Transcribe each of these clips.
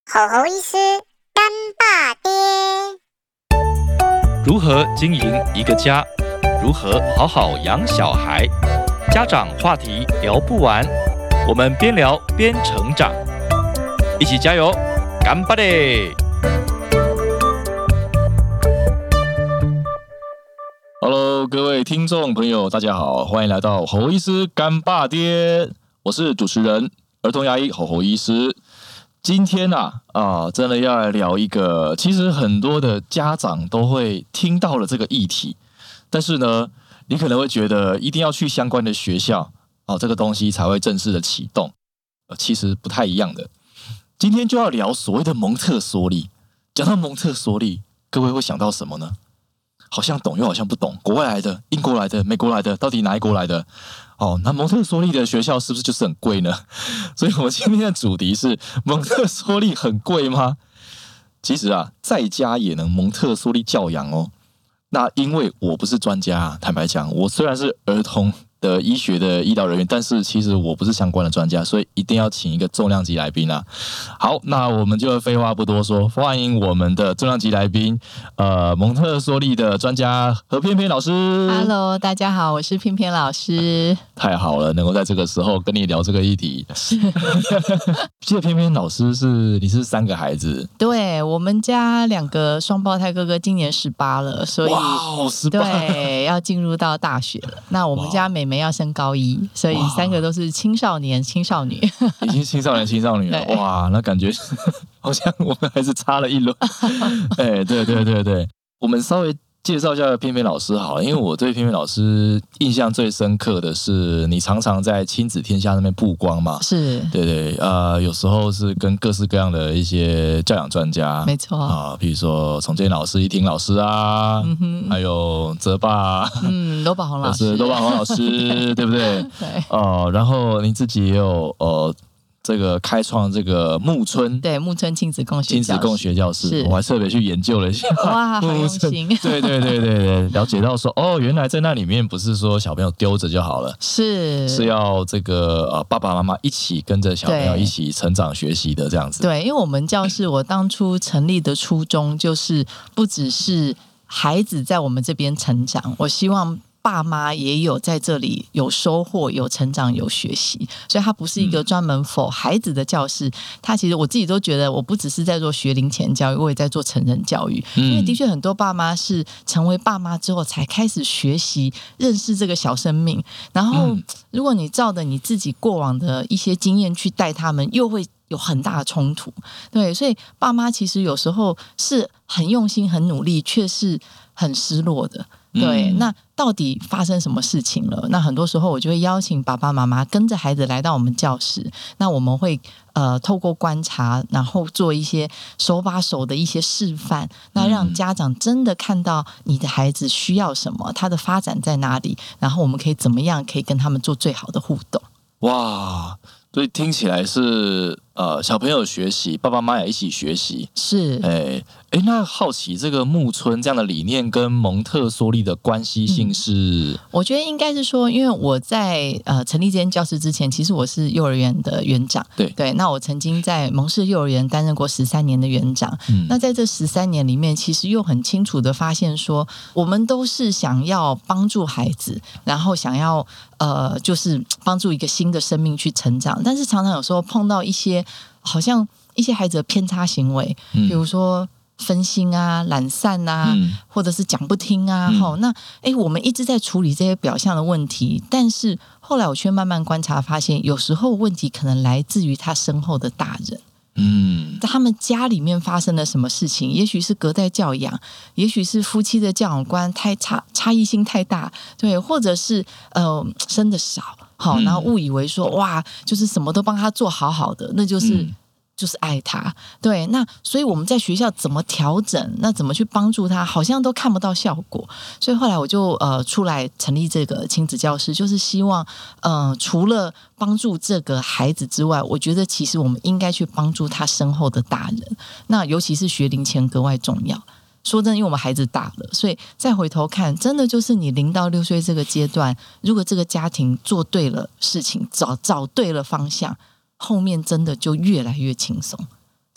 吼吼医师干爸爹， 如何经营一个家？如何好好养小孩？家长话题聊不完，我们边聊边成长，一起加油，干爸爹！Hello， 各位听众朋友，大家好，欢迎来到吼吼医师干爸爹，我是主持人儿童牙医吼吼医师。今天真的要来聊一个，其实很多的家长都会听到了这个议题，但是呢，你可能会觉得一定要去相关的学校这个东西才会正式的启动，其实不太一样的。今天就要聊所谓的蒙特梭利。讲到蒙特梭利，各位会想到什么呢？好像懂又好像不懂，国外来的、英国来的、美国来的，到底哪一国来的？那蒙特梭利的学校是不是就是很贵呢？所以我们今天的主题是蒙特梭利很贵吗？其实在家也能蒙特梭利教养哦。那因为我不是专家，坦白讲，我虽然是儿童的医学的医疗人员，但是其实我不是相关的专家，所以一定要请一个重量级来宾啊。好，那我们就废话不多说，欢迎我们的重量级来宾，蒙特梭利的专家何翩翩老师。 Hello， 大家好，我是翩翩老师。 太好了，能够在这个时候跟你聊这个议题。记得翩翩老师你是3个孩子？ 对，我们家2个双胞胎哥哥今年18了，所以 18 对要进入到大学了。那我们家妹妹要升高1，所以3个都是青少年、青少女， 已经青少年、青少女了。哇，那感觉好像我们还是差了一轮。对，我们稍微介绍一下翩翩老师好了，因为我对翩翩老师印象最深刻的是，你常常在亲子天下那边曝光嘛， 是， 对，有时候是跟各式各样的一些教养专家， 没错比如说崇建老师、依婷老师啊，还有泽爸， 罗宝红老师， 罗宝红老师，对不对？ 对， 然后您自己也有这个开创这个木村， 对，木村亲子共学教室， 我还特别去研究了一下， 哇，好用心， 对，了解到说原来在那里面不是说小朋友丢着就好了，是要这个爸爸妈妈一起跟着小朋友一起成长学习的这样子。 对，因为我们教室我当初成立的初衷就是不只是孩子在我们这边成长，我希望爸妈也有在这里有收获、有成长、有学习，所以它不是一个专门 for 孩子的教室。它其实我自己都觉得，我不只是在做学龄前教育，我也在做成人教育。因为的确很多爸妈是成为爸妈之后才开始学习认识这个小生命，然后如果你照着你自己过往的一些经验去带他们，又会有很大的冲突。对，所以爸妈其实有时候是很用心、很努力，却是很失落的。对，那到底发生什么事情了？那很多时候我就会邀请爸爸妈妈跟着孩子来到我们教室，那我们会透过观察，然后做一些手把手的一些示范，那让家长真的看到你的孩子需要什么，他的发展在哪里，然后我们可以怎么样可以跟他们做最好的互动。 哇，所以听起来是小朋友学习，爸爸妈妈也一起学习， 是。 那好奇这个木村这样的理念跟蒙特梭利的关系性是？ 我觉得应该是说，因为我在成立这间教室之前，其实我是幼儿园的园长，对，那我曾经在蒙氏幼儿园担任过13年的园长。那在这13年里面，其实又很清楚的发现说，我们都是想要帮助孩子，然后想要就是帮助一个新的生命去成长，但是常常有时候碰到一些好像一些孩子的偏差行为，比如说分心啊、懒散啊，或者是讲不听啊。那我们一直在处理这些表象的问题，但是后来我却慢慢观察发现，有时候问题可能来自于他身后的大人。在他们家里面发生了什么事情，也许是隔代教养，也许是夫妻的教养观差异性太大，对，或者是生的少，然后误以为说哇，就是什么都帮他做好好的，那就是爱他。对，那所以我们在学校怎么调整，那怎么去帮助他，好像都看不到效果。所以后来我就出来成立这个亲子教室，就是希望除了帮助这个孩子之外，我觉得其实我们应该去帮助他身后的大人，那尤其是学龄前格外重要。说真的，因为我们孩子大了，所以再回头看，真的就是你0到6岁这个阶段，如果这个家庭做对了事情，找对了方向，后面真的就越来越轻松。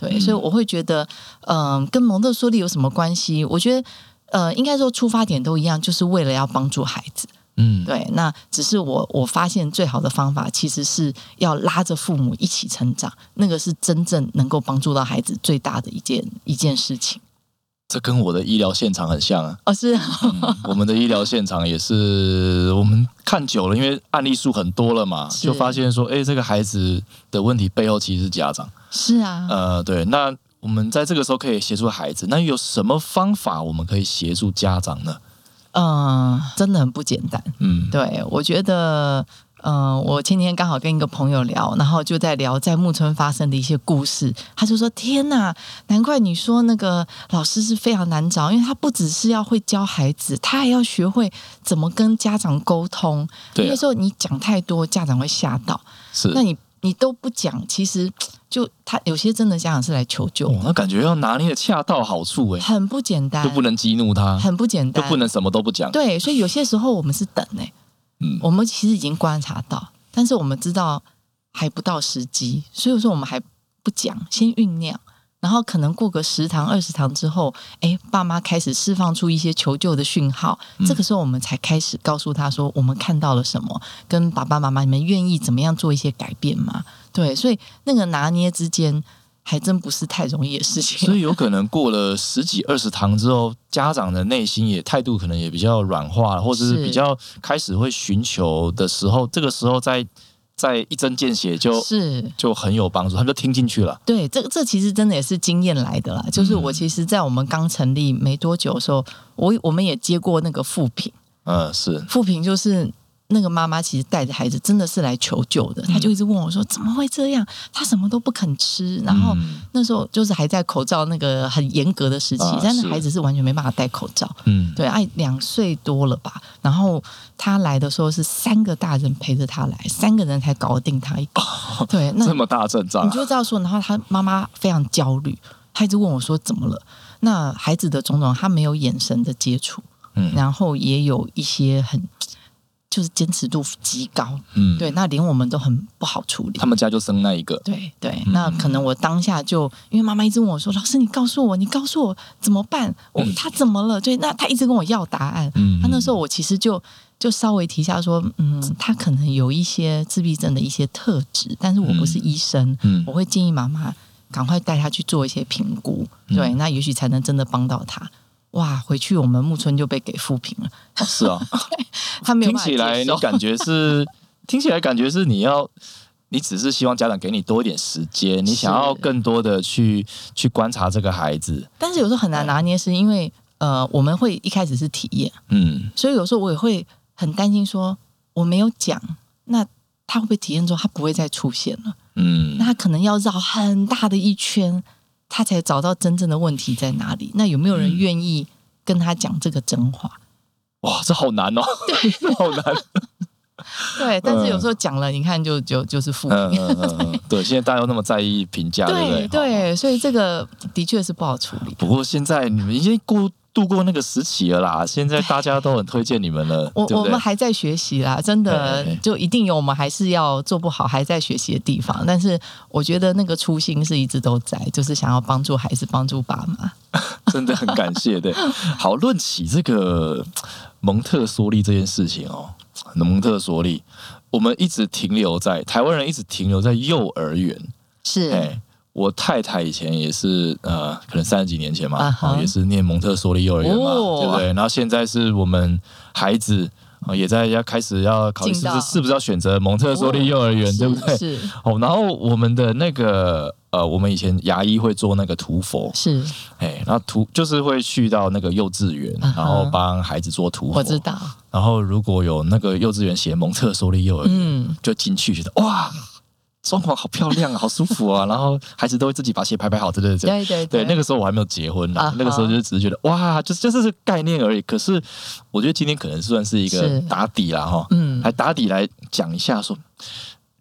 对，所以我会觉得，跟蒙特梭利有什么关系？我觉得，应该说出发点都一样，就是为了要帮助孩子。对，那只是我发现最好的方法其实是要拉着父母一起成长，那个是真正能够帮助到孩子最大的一件事情。 这跟我的医疗现场很像啊！ 是我们的医疗现场也是，我们看久了，因为案例数很多了嘛，就发现说，这个孩子的问题背后其实是家长。 是啊， 对，那我们在这个时候可以协助孩子，那有什么方法我们可以协助家长呢？ 真的很不简单。对，我觉得，我前天刚好跟一个朋友聊，然后就在聊在木村发生的一些故事。他就说：“天哪，难怪你说那个老师是非常难找，因为他不只是要会教孩子，他还要学会怎么跟家长沟通。 对， 那时候你讲太多，家长会吓到。 是， 那你都不讲，其实就他有些真的家长是来求救， 那感觉要拿捏的恰到好处， 很不简单， 就不能激怒他， 很不简单， 就不能什么都不讲。 对，所以有些时候我们是等我们其实已经观察到，但是我们知道还不到时机，所以说我们还不讲，先酝酿，然后可能过个10堂20堂之后，爸妈开始释放出一些求救的讯号，这个时候我们才开始告诉他说我们看到了什么，跟爸爸妈妈你们愿意怎么样做一些改变吗？对，所以那个拿捏之间还真不是太容易的事情。 所以有可能过了10几20堂之后，家长的内心态度可能也比较软化，或者是比较开始会寻求的时候，这个时候再一针见血就很有帮助，他们就听进去了。 对，这其实真的也是经验来的啦。就是我其实在我们刚成立没多久的时候，我们也接过那个负评。 是负评就是那个妈妈其实带着孩子真的是来求救的，她就一直问我说怎么会这样，她什么都不肯吃，然后那时候就是还在口罩那个很严格的时期，但是孩子是完全没办法戴口罩。对，2岁多了吧，然后他来的时候是3个大人陪着他来，3个人才搞定他一个。对，那这么大阵仗， 你就知道说，然后他妈妈非常焦虑，他一直问我说怎么了。那孩子的种种，他没有眼神的接触，然后也有一些就是坚持度极高，对，那连我们都很不好处理。 他们家就生那一个， 对，那可能我当下就因为妈妈一直问我说：“老师，你告诉我怎么办？他怎么了？”对，那他一直跟我要答案。他那时候我其实就稍微提一下说，他可能有一些自闭症的一些特质，但是我不是医生，我会建议妈妈赶快带他去做一些评估，对，那也许才能真的帮到他。哇！回去我们木村就被给负评了。 是啊， 他没有办法接受。 听起来感觉是你只是希望家长给你多一点时间，你想要更多的去观察这个孩子。 但是有时候很难拿捏，是因为我们会一开始是体验，所以有时候我也会很担心说我没有讲，那他会不会体验之后他不会再出现了？那他可能要绕很大的一圈。他才找到真正的问题在哪里？那有没有人愿意跟他讲这个真话？ 哇，这好难哦！对，好难。 对，但是有时候讲了，你看就是负评。 对，现在大家都那么在意评价，对不对？ 对，所以这个的确是不好处理。 不过现在你们已经度过那个时期了啦，现在大家都很推荐你们了，对不对？ 我们还在学习啦，真的就一定有我们还是要做不好还在学习的地方，但是我觉得那个初心是一直都在，就是想要帮助孩子，帮助爸妈。 真的很感谢。对，好，论起这个蒙特梭利这件事情蒙特梭利，我们一直停留在台湾人一直停留在幼儿园， 是。 我太太以前也是可能30几年前嘛，也是念蒙特梭利幼儿园嘛，对不对？然后现在是我们孩子也要开始要考虑是不是要选择蒙特梭利幼儿园，对不对？ 是。 然后我们的那个我们以前牙医会做那个涂佛， 是。 然后就是会去到那个幼稚园，然后帮孩子做涂佛。 我知道。 然后如果有那个幼稚园写蒙特梭利幼儿园，就进去觉得哇。装潢好漂亮啊，好舒服啊！然后孩子都会自己把鞋排好，对。那个时候我还没有结婚啦，那个时候就只是觉得哇，就是概念而已。可是我觉得今天可能算是一个打底啦，还打底来讲一下说，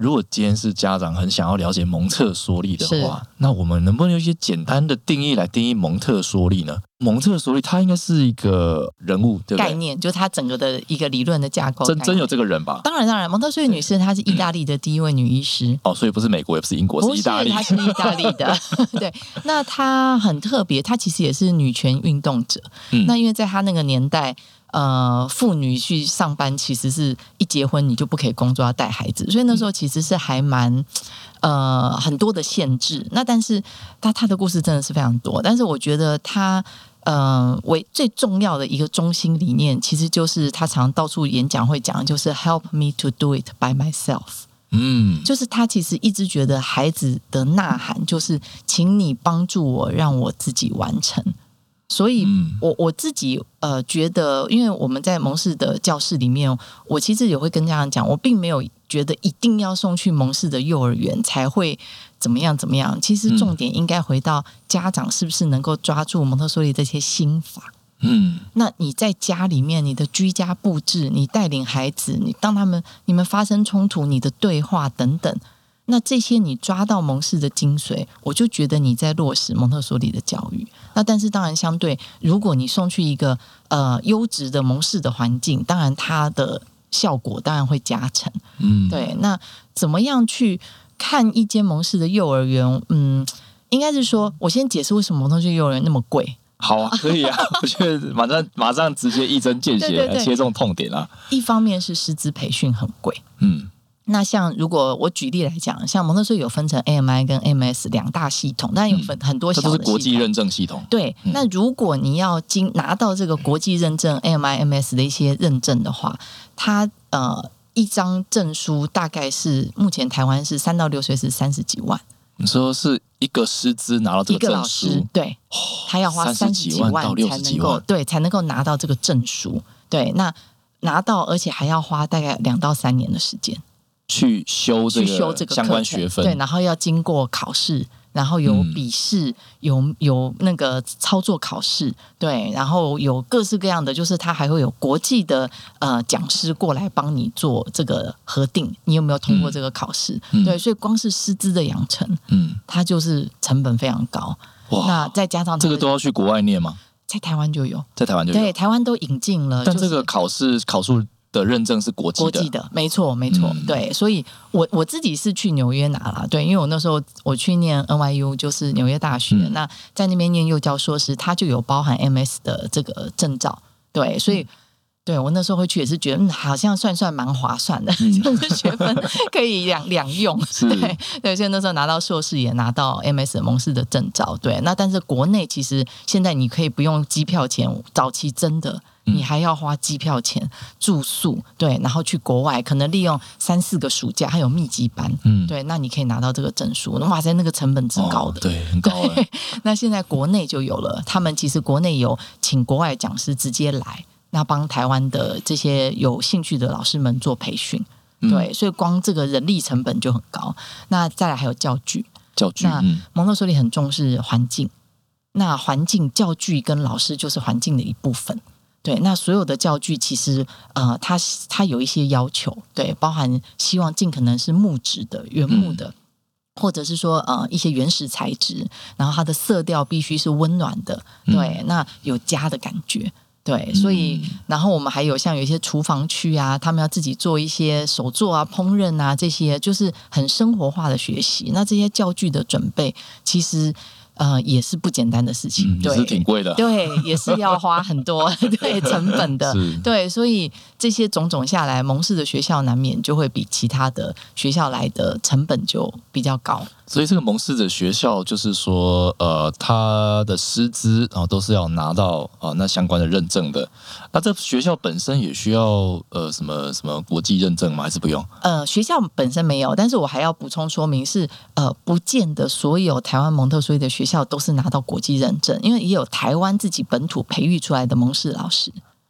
如果今天是家长很想要了解蒙特梭利的话，那我们能不能有一些简单的定义来定义蒙特梭利呢？蒙特梭利他应该是一个人物，对不对？ 概念就是他整个的一个理论的架构。 真有这个人吧？ 当然，蒙特梭利女士她是意大利的第一位女医师。 所以不是美国，也不是英国，是意大利。 她是意大利的。对，那她很特别，她其实也是女权运动者。那因为在她那个年代。妇女去上班其实是一结婚你就不可以工作，要带孩子，所以那时候其实是还蛮很多的限制。那但是他的故事真的是非常多，但是我觉得他为最重要的一个中心理念，其实就是他常到处演讲会讲，就是 help me to do it by myself。就是他其实一直觉得孩子的呐喊就是请你帮助我，让我自己完成。所以我自己觉得，因为我们在蒙氏的教室里面，我其实也会跟家长讲，我并没有觉得一定要送去蒙氏的幼儿园才会怎么样。其实重点应该回到家长是不是能够抓住蒙特梭利这些心法。那你在家里面，你的居家布置，你带领孩子，你们发生冲突，你的对话等等。那这些你抓到蒙氏的精髓，我就觉得你在落实蒙特梭利的教育。那但是当然相对，如果你送去一个优质的蒙氏的环境，当然它的效果当然会加成。对。那怎么样去看一间蒙氏的幼儿园？应该是说，我先解释为什么蒙特梭利幼儿园那么贵。 好啊，可以啊，我觉得马上直接一针见血来切中痛点啊。 一方面是师资培训很贵。那像如果我举例来讲，像蒙特梭利有分成 AMI 跟 MS 2大系统，当然有很多小的系统，这都是国际认证系统。 对，那如果你要拿到这个国际认证 AMI、MS 的一些认证的话，它一张证书大概是目前台湾是3到6岁是30几万。 你说是一个师资拿到这个证书，一个老师， 对，他要花30几万到60几万， 才能够拿到这个证书。对，那拿到而且还要花大概2到3年的时间。去修这个相关学分， 对，然后要经过考试，然后有笔试，有那个操作考试，对，然后有各式各样的，就是他还会有国际的讲师过来帮你做这个核定，你有没有通过这个考试？对，所以光是师资的养成，它就是成本非常高。那再加上这个都要去国外念吗？ 在台湾就有， 对， 台湾都引进了， 但这个考数的认证是国际的， 没错，对，所以我自己是去纽约拿啦，对，因为我那时候我去念 NYU， 就是纽约大学，那在那边念幼教硕士，它就有包含 MS 的这个证照，对，所以对我那时候会去也是觉得好像算蛮划算的，就是学分可以两用，对，所以那时候拿到硕士也拿到 MS 蒙氏的证照，对，那但是国内其实现在你可以不用机票钱，早期真的。你还要花机票钱、住宿，对，然后去国外，可能利用3、4个暑假，还有密集班，对，那你可以拿到这个证书。哇塞，那个成本之高的， 对，很高了。 那现在国内就有了，他们其实国内有请国外讲师直接来，那帮台湾的这些有兴趣的老师们做培训，对，所以光这个人力成本就很高。那再来还有教具，那蒙特梭利很重视环境，那环境教具跟老师就是环境的一部分。对，那所有的教具其实它有一些要求，对，包含希望尽可能是木质的、原木的，或者是说一些原始材质，然后它的色调必须是温暖的，对，那有家的感觉。对，所以然后我们还有像有一些厨房区啊，他们要自己做一些手作啊、烹饪啊，这些就是很生活化的学习。那这些教具的准备，其实也是不简单的事情， 对，也是挺贵的， 对，也是要花很多对成本的，对，所以这些种种下来，蒙氏的学校难免就会比其他的学校来的成本就比较高。 所以这个蒙氏的学校就是说，他的师资都是要拿到那相关的认证的。那这学校本身也需要什么国际认证吗？还是不用？ 学校本身没有，但是我还要补充说明是，不见得所有台湾蒙特梭利的学校都是拿到国际认证，因为也有台湾自己本土培育出来的蒙氏老师。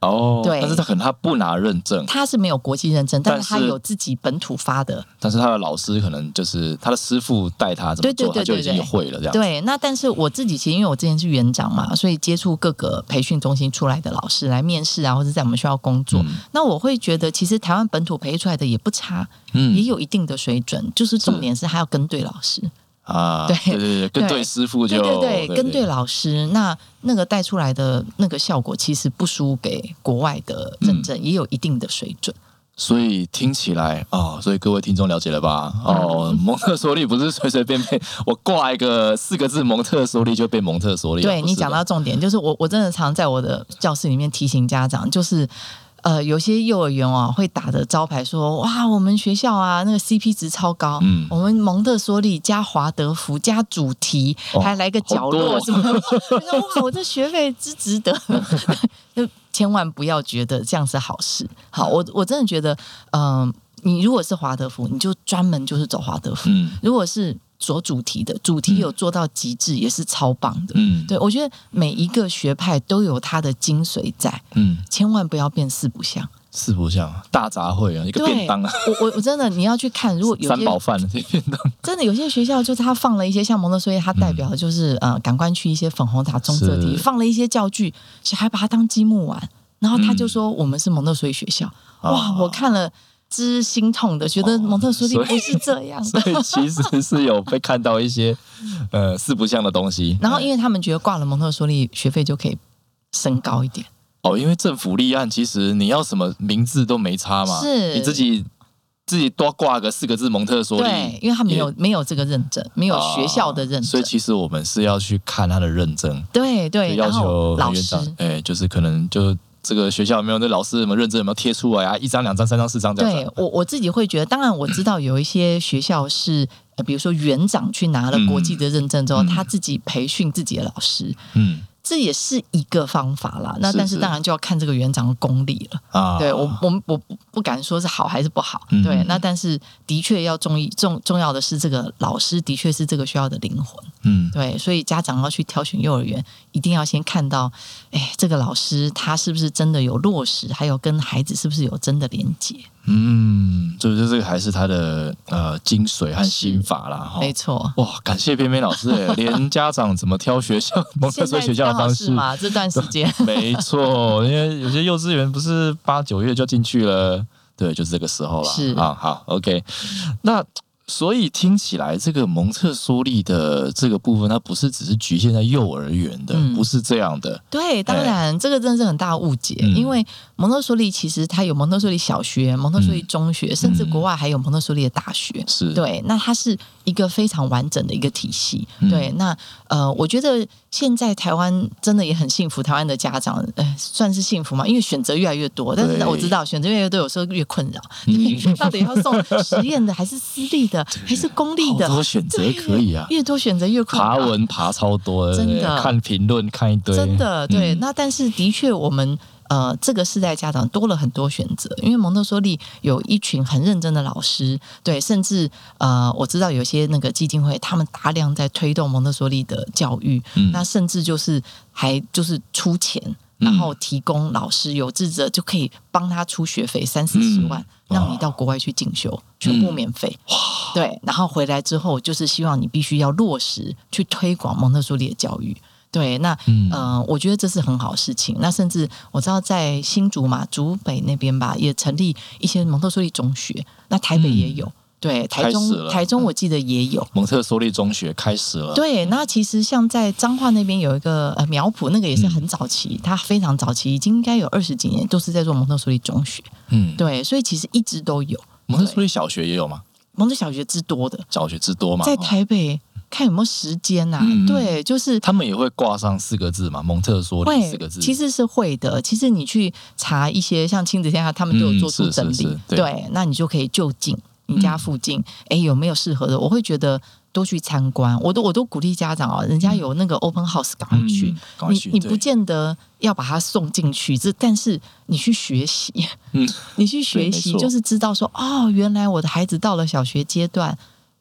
哦， 对， 但是他不拿认证， 他是没有国际认证，但是他有自己本土发的。 但是他的老师可能就是他的师傅带他怎么做，他就已经会了这样。 对，那但是我自己其实因为我之前是园长嘛，所以接触各个培训中心出来的老师来面试啊，或者在我们学校工作，那我会觉得其实台湾本土培出来的也不差，也有一定的水准，就是重点是他要跟对老师。 啊，对，跟对师傅就对，跟对老师，那个带出来的那个效果，其实不输给国外的认证，也有一定的水准。 所以听起来所以各位听众了解了吧？蒙特梭利不是随随便便我挂一个4个字蒙特梭利就变蒙特梭利。 对，你讲到重点，就是我真的常在我的教室里面提醒家长，就是有些幼儿园会打的招牌说，哇，我们学校啊那个 CP 值超高，我们蒙特梭利加华德福加主题，还来个角落什么的，哇，我这学费之值得。就千万不要觉得这样是好事。好，我真的觉得，你如果是华德福，你就专门就是走华德福；如果是做主题的，主题有做到极致，也是超棒的。对，我觉得每一个学派都有它的精髓在，千万不要变四不像。 四不像大杂烩啊，一个便当啊！ 我真的你要去看，如果有些三宝饭的便当， 真的有些学校就是他放了一些像蒙特梭利，它代表的就是感官区一些粉红塔棕色题，放了一些教具，小孩把它当积木玩，然后他就说我们是蒙特梭利学校。哇，我看了之心痛的，觉得蒙特梭利不是这样的。 所以其实是有被看到一些四不像的东西。 然后因为他们觉得挂了蒙特梭利学费就可以升高一点。 因为政府立案，其实你要什么名字都没差嘛， 是你自己多挂个4个字蒙特梭利， 对，因为他没有这个认证，没有学校的认证， 所以其实我们是要去看他的认证， 对， 要求老师， 就是可能就这个学校有没有那老师有没有认证，有没有贴出来啊，1张、2张、3张、4张这样。 对，我自己会觉得，当然我知道有一些学校是比如说园长去拿了国际的认证之后，他自己培训自己的老师，这也是一个方法啦。那但是当然就要看这个园长的功力了啊。对，我不敢说是好还是不好。对，那但是的确要重要的是这个老师的确是这个学校的灵魂。对，所以家长要去挑选幼儿园，一定要先看到，这个老师他是不是真的有落实，还有跟孩子是不是有真的连结。 就是这个还是他的精髓和心法啦。 没错。 哇，感谢偏偏老师连家长怎么挑学校蒙特梭利学校的方式嘛，这段时间没错，因为有些幼稚园不是8、9月就进去了，对，就是这个时候了。 是啊，好 ，OK， 那。所以听起来，这个蒙特梭利的这个部分，它不是只是局限在幼儿园的，不是这样的。 对，当然，这个真的是很大的误解，因为蒙特梭利其实它有蒙特梭利小学、蒙特梭利中学，甚至国外还有蒙特梭利的大学。 是对，那它是一个非常完整的一个体系。对，那我觉得现在台湾真的也很幸福，台湾的家长算是幸福嘛，因为选择越来越多。但是我知道选择越来越多，有时候越困扰，到底要送实验的还是私立的？还是公立的， 好多选择可以啊， 越多选择越困扰。 爬文爬超多的， 真的看评论看一堆， 真的对。那但是的确，我们这个世代家长多了很多选择，因为蒙特梭利有一群很认真的老师，对，甚至我知道有些那个基金会，他们大量在推动蒙特梭利的教育，那甚至还出钱。然后提供老师有志者就可以帮他出学费30-40万，让你到国外去进修，全部免费。对，然后回来之后就是希望你必须要落实去推广蒙特梭利的教育。对，那我觉得这是很好的事情。那甚至我知道在新竹嘛，竹北那边吧，也成立一些蒙特梭利中学，那台北也有。对，台中我记得也有蒙特梭利中学开始了。 对，那其实像在彰化那边有一个苗圃，那个也是很早期，它非常早期，已经应该有20几年都是在做蒙特梭利中学。对，所以其实一直都有。 蒙特梭利小学也有吗？ 蒙特小学之多的， 小学之多嘛， 在台北。看有没有时间啊？对，就是他们也会挂上4个字嘛，蒙特梭利4个字， 其实是会的。其实你去查一些像亲子天下，他们都有做出整理，对，那你就可以就近你家附近，有没有适合的？我会觉得多去参观，我都鼓励家长人家有那个 open house 赶快去，你不见得要把它送进去，但是你去学习，你去学习就是知道说原来我的孩子到了小学阶段。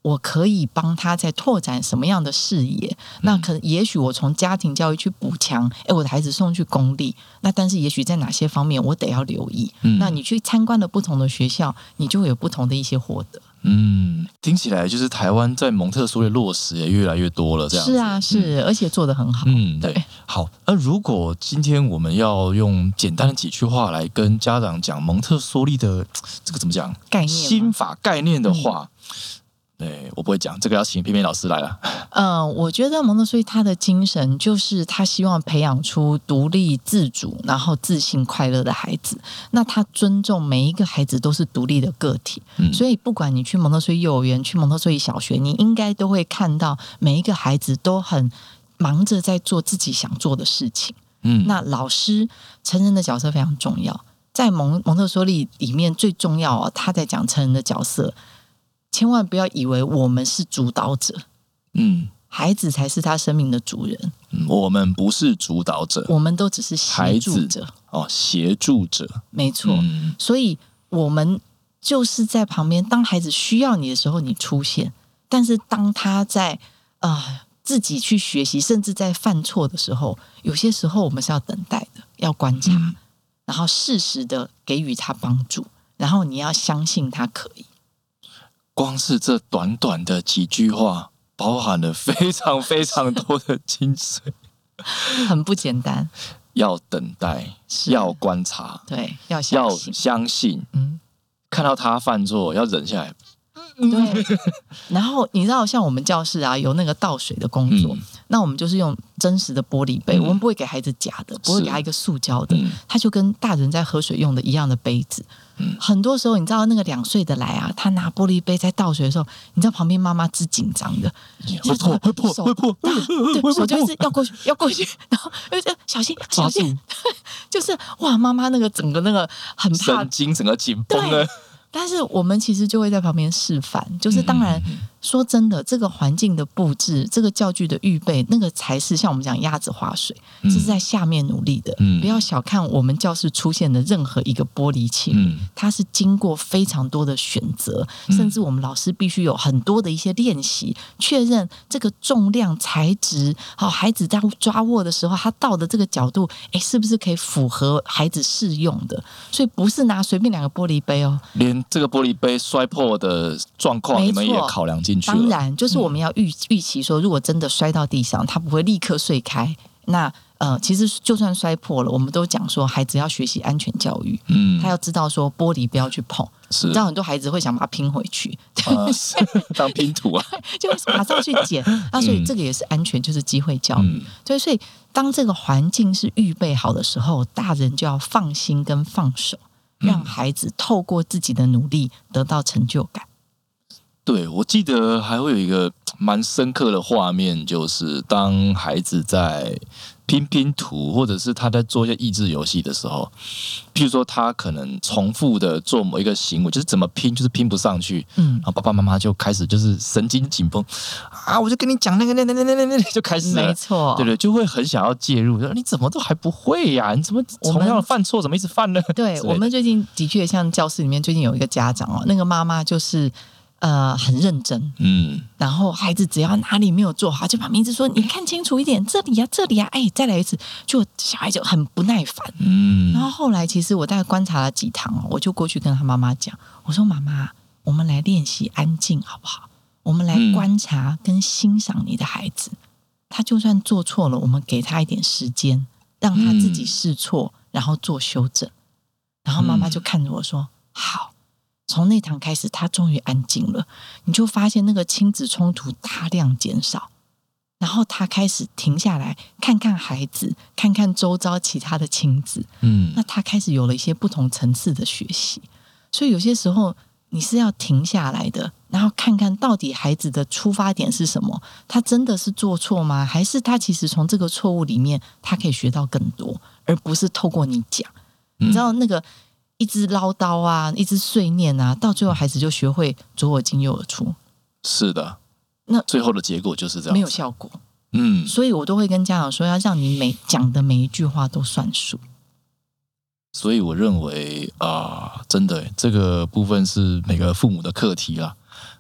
我可以帮他在拓展什么样的视野？那可能也许我从家庭教育去补强，我的孩子送去公立，那但是也许在哪些方面我得要留意。那你去参观了不同的学校，你就会有不同的一些获得。 听起来就是台湾在蒙特梭利落实也越来越多了，这样子。 是啊，是，而且做得很好。 对。好，那如果今天我们要用简单的几句话来跟家长讲蒙特梭利的这个怎么讲概念、 心法概念的话，对，我不会讲，这个要请偏偏老师来了。 我觉得蒙特梭利他的精神就是他希望培养出独立自主然后自信快乐的孩子。那他尊重每一个孩子都是独立的个体，所以不管你去蒙特梭利幼儿园，去蒙特梭利小学，你应该都会看到每一个孩子都很忙着在做自己想做的事情。那老师成人的角色非常重要，在蒙特梭利里面最重要他在讲成人的角色，千万不要以为我们是主导者，孩子才是他生命的主人。 我们不是主导者， 我们都只是协助者。 协助者， 没错。所以我们就是在旁边，当孩子需要你的时候，你出现；但是当他在自己去学习，甚至在犯错的时候，有些时候我们是要等待的，要观察，然后适时的给予他帮助，然后你要相信他可以。 光是这短短的几句话，包含了非常非常多的精髓， 很不简单。 要等待，要观察， 对，要相信，看到他犯错要忍下来。 对，然后你知道，像我们教室有那个倒水的工作，那我们就是用真实的玻璃杯，我们不会给孩子假的，不会给他一个塑胶的，他就跟大人在喝水用的一样的杯子。很多时候，你知道那个2岁的来他拿玻璃杯在倒水的时候，你知道旁边妈妈之紧张的， 会破， 对，手就一直要过去，然后小心，就是哇，妈妈那个整个那个很怕， 神经整个紧绷了。 但是我们其实就会在旁边示范，就是当然说真的，这个环境的布置，这个教具的预备，那个才是像我们讲鸭子划水，是在下面努力的。不要小看我们教室出现的任何一个玻璃器皿，它是经过非常多的选择，甚至我们老师必须有很多的一些练习，确认这个重量、材质，孩子在抓握的时候，他倒的这个角度，是不是可以符合孩子适用的？所以不是拿随便2个玻璃杯连这个玻璃杯摔破的状况，你们也考量进去了。 当然，就是我们要预期说，如果真的摔到地上，它不会立刻碎开。那其实就算摔破了，我们都讲说，孩子要学习安全教育。他要知道说，玻璃不要去碰。你知道很多孩子会想把它拼回去， 当拼图啊， 就马上去捡。那所以这个也是安全，就是机会教育。所以当这个环境是预备好的时候，大人就要放心跟放手。让孩子透过自己的努力得到成就感。 对，我记得还会有一个蛮深刻的画面，就是当孩子在拼图，或者是他在做一些益智游戏的时候，譬如说他可能重复的做某一个行为，就是怎么拼就是拼不上去，然后爸爸妈妈就开始就是神经紧绷我就跟你讲那就开始了， 没错， 对，就会很想要介入，你怎么都还不会呀？你怎么同样的犯错怎么一直犯呢？ 对，我们最近的确像教室里面最近有一个家长那个妈妈就是很认真，然后孩子只要哪里没有做好，就把名字说你看清楚一点，这里啊，再来一次，就小孩就很不耐烦，然后后来其实我大概观察了几堂我就过去跟他妈妈讲，我说妈妈，我们来练习安静好不好？我们来观察跟欣赏你的孩子，他就算做错了，我们给他一点时间，让他自己试错，然后做修正。然后妈妈就看着我说好。从那堂开始，他终于安静了，你就发现那个亲子冲突大量减少，然后他开始停下来看看孩子，看看周遭其他的亲子，那他开始有了一些不同层次的学习。所以有些时候你是要停下来的，然后看看到底孩子的出发点是什么，他真的是做错吗？还是他其实从这个错误里面他可以学到更多，而不是透过你讲，你知道那个一直唠叨一直碎念到最后孩子就学会左耳进右耳出。 是的， 那最后的结果就是这样， 没有效果。所以我都会跟家长说，要让你讲的每一句话都算数。 所以我认为真的这个部分是每个父母的课题啦。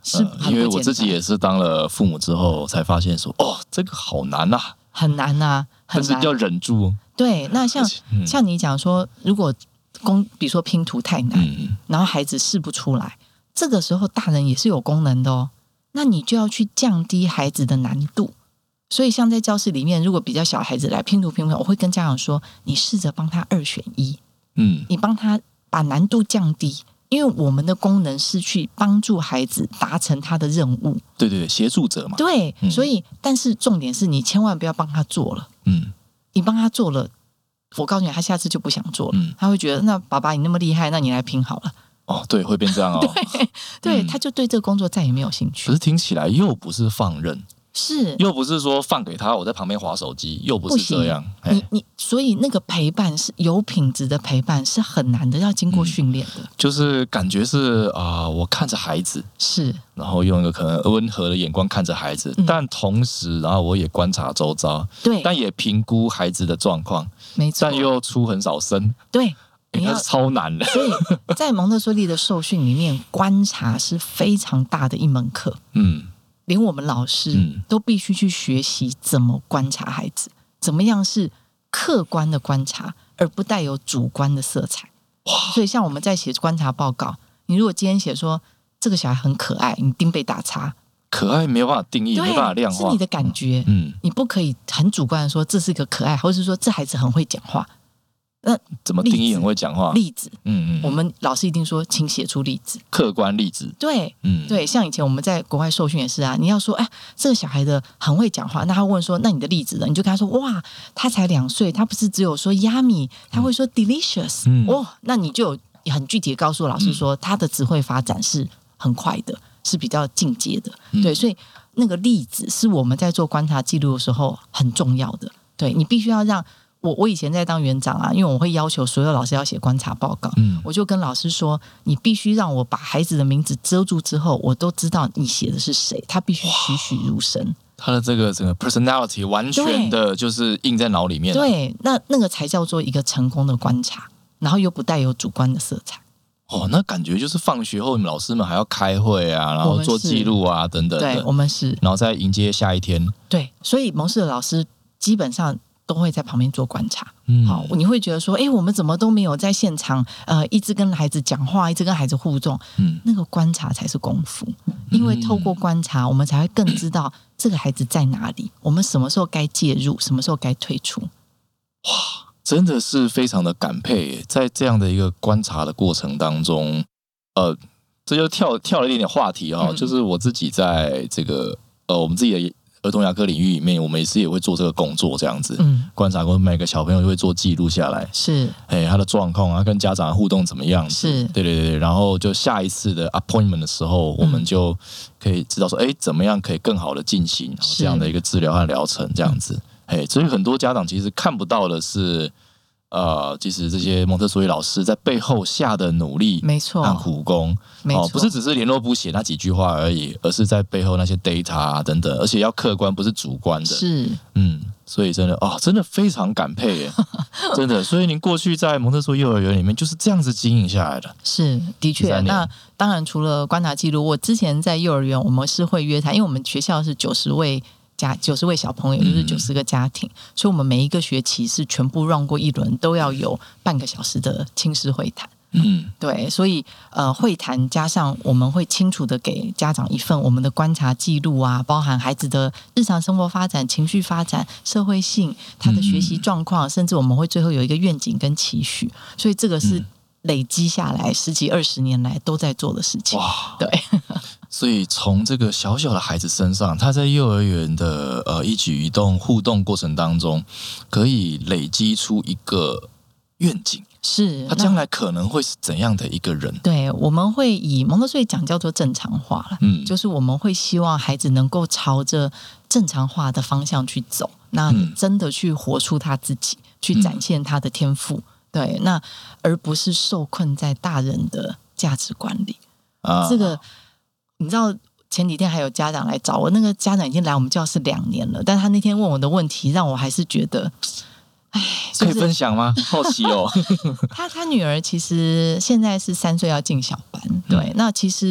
是很不简单因为我自己也是当了父母之后才发现说，这个好难啊， 很难啊，很难， 但是要忍住。 对，那像你讲说，如果比如说拼图太难，然后孩子试不出来，这个时候大人也是有功能的哦。那你就要去降低孩子的难度。所以像在教室里面，如果比较小孩子来拼图，我会跟家长说，你试着帮他2选1，你帮他把难度降低，因为我们的功能是去帮助孩子达成他的任务。 对对对，协助者嘛。 对，所以但是重点是你千万不要帮他做了。你帮他做了，我告诉你，他下次就不想做了。他会觉得，那爸爸你那么厉害，那你来拼好了。 对，会变这样哦。 对，他就对这个工作再也没有兴趣。 可是听起来又不是放任。 是， 又不是说放给他，我在旁边滑手机，又不是这样。 所以那个陪伴是有品质的陪伴，是很难的，要经过训练的。 就是感觉是我看着孩子， 是， 然后用一个可能温和的眼光看着孩子，但同时，然后我也观察周遭， 对， 但也评估孩子的状况， 没错， 但又出很少声， 对。 那是超难的。 所以在蒙特梭利的受训里面，观察是非常大的一门课。连我们老师都必须去学习怎么观察孩子，怎么样是客观的观察，而不带有主观的色彩。所以像我们在写观察报告，你如果今天写说这个小孩很可爱，你一定被打叉。 可爱没有办法定义，没办法量化， 是你的感觉。你不可以很主观的说这是个可爱，或是说这孩子很会讲话。那怎么定义很会讲话？ 例子，我们老师一定说，请写出例子， 客观例子。 对，对，像以前我们在国外受训也是啊，你要说，这个小孩的很会讲话，那他问说，那你的例子呢？你就跟他说，哇，他才2岁，他不是只有说 yummy， 他会说 delicious，那你就很具体的告诉老师说，他的词汇发展是很快的，是比较进阶的。对，所以那个例子是我们在做观察记录的时候很重要的。对，你必须要让。我以前在当园长啊，因为我会要求所有老师要写观察报告，我就跟老师说，你必须让我把孩子的名字遮住之后，我都知道你写的是谁，他必须栩栩如生。 他的这个整个 personality 完全的就是印在脑里面。 对，那个才叫做一个成功的观察，然后又不带有主观的色彩。 那感觉就是放学后你们老师们还要开会啊，然后做记录啊等等的。 对，我们是， 然后再迎接下一天。 对，所以蒙氏的老师基本上都会在旁边做观察。好，你会觉得说，我们怎么都没有在现场一直跟孩子讲话，一直跟孩子互动。那个观察才是功夫，因为透过观察，我们才会更知道这个孩子在哪里，我们什么时候该介入，什么时候该退出。 哇，真的是非常的感佩，在这样的一个观察的过程当中，这就跳了一点话题就是我自己在这个我们自己的儿童牙科领域里面，我们也会做这个工作，这样子，观察过每个小朋友就会做记录下来， 是， 他的状况啊，跟家长的互动怎么样， 是， 对，然后就下一次的 appointment 的时候，我们就可以知道说，怎么样可以更好的进行这样的一个治疗和疗程，这样子，所以很多家长其实看不到的是。其实这些蒙特梭利老师在背后下的努力， 没错， 和苦功，不是只是联络簿写那几句话而已，而是在背后那些 data 等等，而且要客观，不是主观的。 是， 所以真的非常感佩耶，真的。所以您过去在蒙特梭幼儿园里面就是这样子经营下来的， 是的确。那当然，除了观察记录，我之前在幼儿园，我们是会约谈，因为我们学校是90位小朋友，就是90个家庭，所以我们每一个学期是全部 run 过一轮，都要有半个小时的亲师会谈。对，所以会谈加上我们会清楚的给家长一份我们的观察记录啊，包含孩子的日常生活发展、情绪发展、社会性、他的学习状况，甚至我们会最后有一个愿景跟期许，所以这个是累积下来10几20年来都在做的事情。哇，对。 所以从这个小小的孩子身上，他在幼儿园的一举一动互动过程当中，可以累积出一个愿景， 是他将来可能会是怎样的一个人。 对，我们会以蒙特梭利讲叫做正常化了，就是我们会希望孩子能够朝着正常化的方向去走，那真的去活出他自己，去展现他的天赋。对，那而不是受困在大人的价值观里。这个你知道，前几天还有家长来找我，那个家长已经来我们教室2年了，但他那天问我的问题，让我还是觉得， 可以分享吗？好奇哦。 他女儿其实现在是3岁要进小班，对，那其实